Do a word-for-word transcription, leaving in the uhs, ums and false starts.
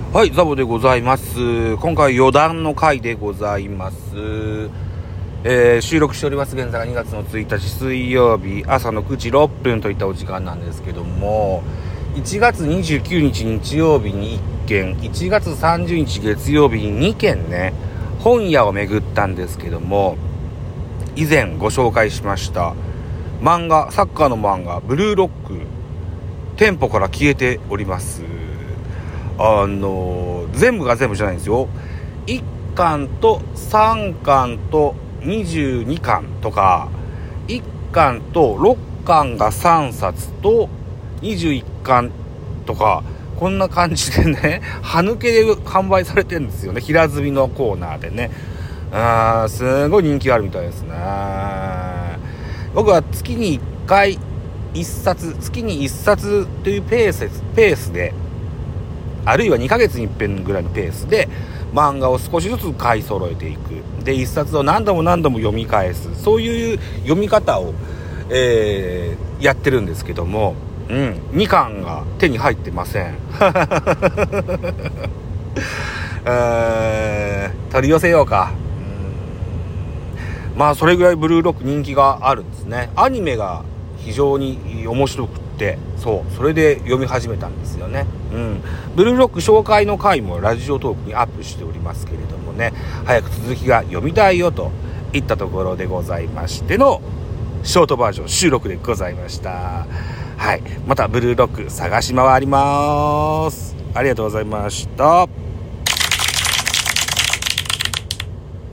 はい、ザボでございます。今回余談の回でございます。えー、収録しております現在がにがつのついたち水曜日朝のくじろっぷんといったお時間なんですけども、いちがつにじゅうくにち日曜日にいっけん、いちがつさんじゅうにち月曜日ににけんね、本屋を巡ったんですけども、以前ご紹介しました漫画、サッカーの漫画ブルーロック、店舗から消えております。あのー、全部が全部じゃないんですよ。いっかんとさんかんとにじゅうにかんとか、いっかんとろっかんがさんさつとにじゅういっかんとか、こんな感じでね、歯抜けで販売されてるんですよね。平積みのコーナーでね。あー、すごい人気があるみたいですね。僕は月にいっかいいっさつ、月にいっさつというペース、ペースで、あるいはにかげつにいっぺんぐらいのペースで漫画を少しずつ買い揃えていく。で、一冊を何度も何度も読み返す。そういう読み方を、えー、やってるんですけども、うん、にかんが手に入ってません。えー、取り寄せようか。うん、まあそれぐらいブルーロック人気があるんですね。アニメが非常に面白くって、そうそれで読み始めたんですよね。うん、ブルーロック紹介の回もラジオトークにアップしておりますけれどもね、早く続きが読みたいよといったところでございましてのショートバージョン収録でございました。はい、またブルーロック探し回ります。ありがとうございました。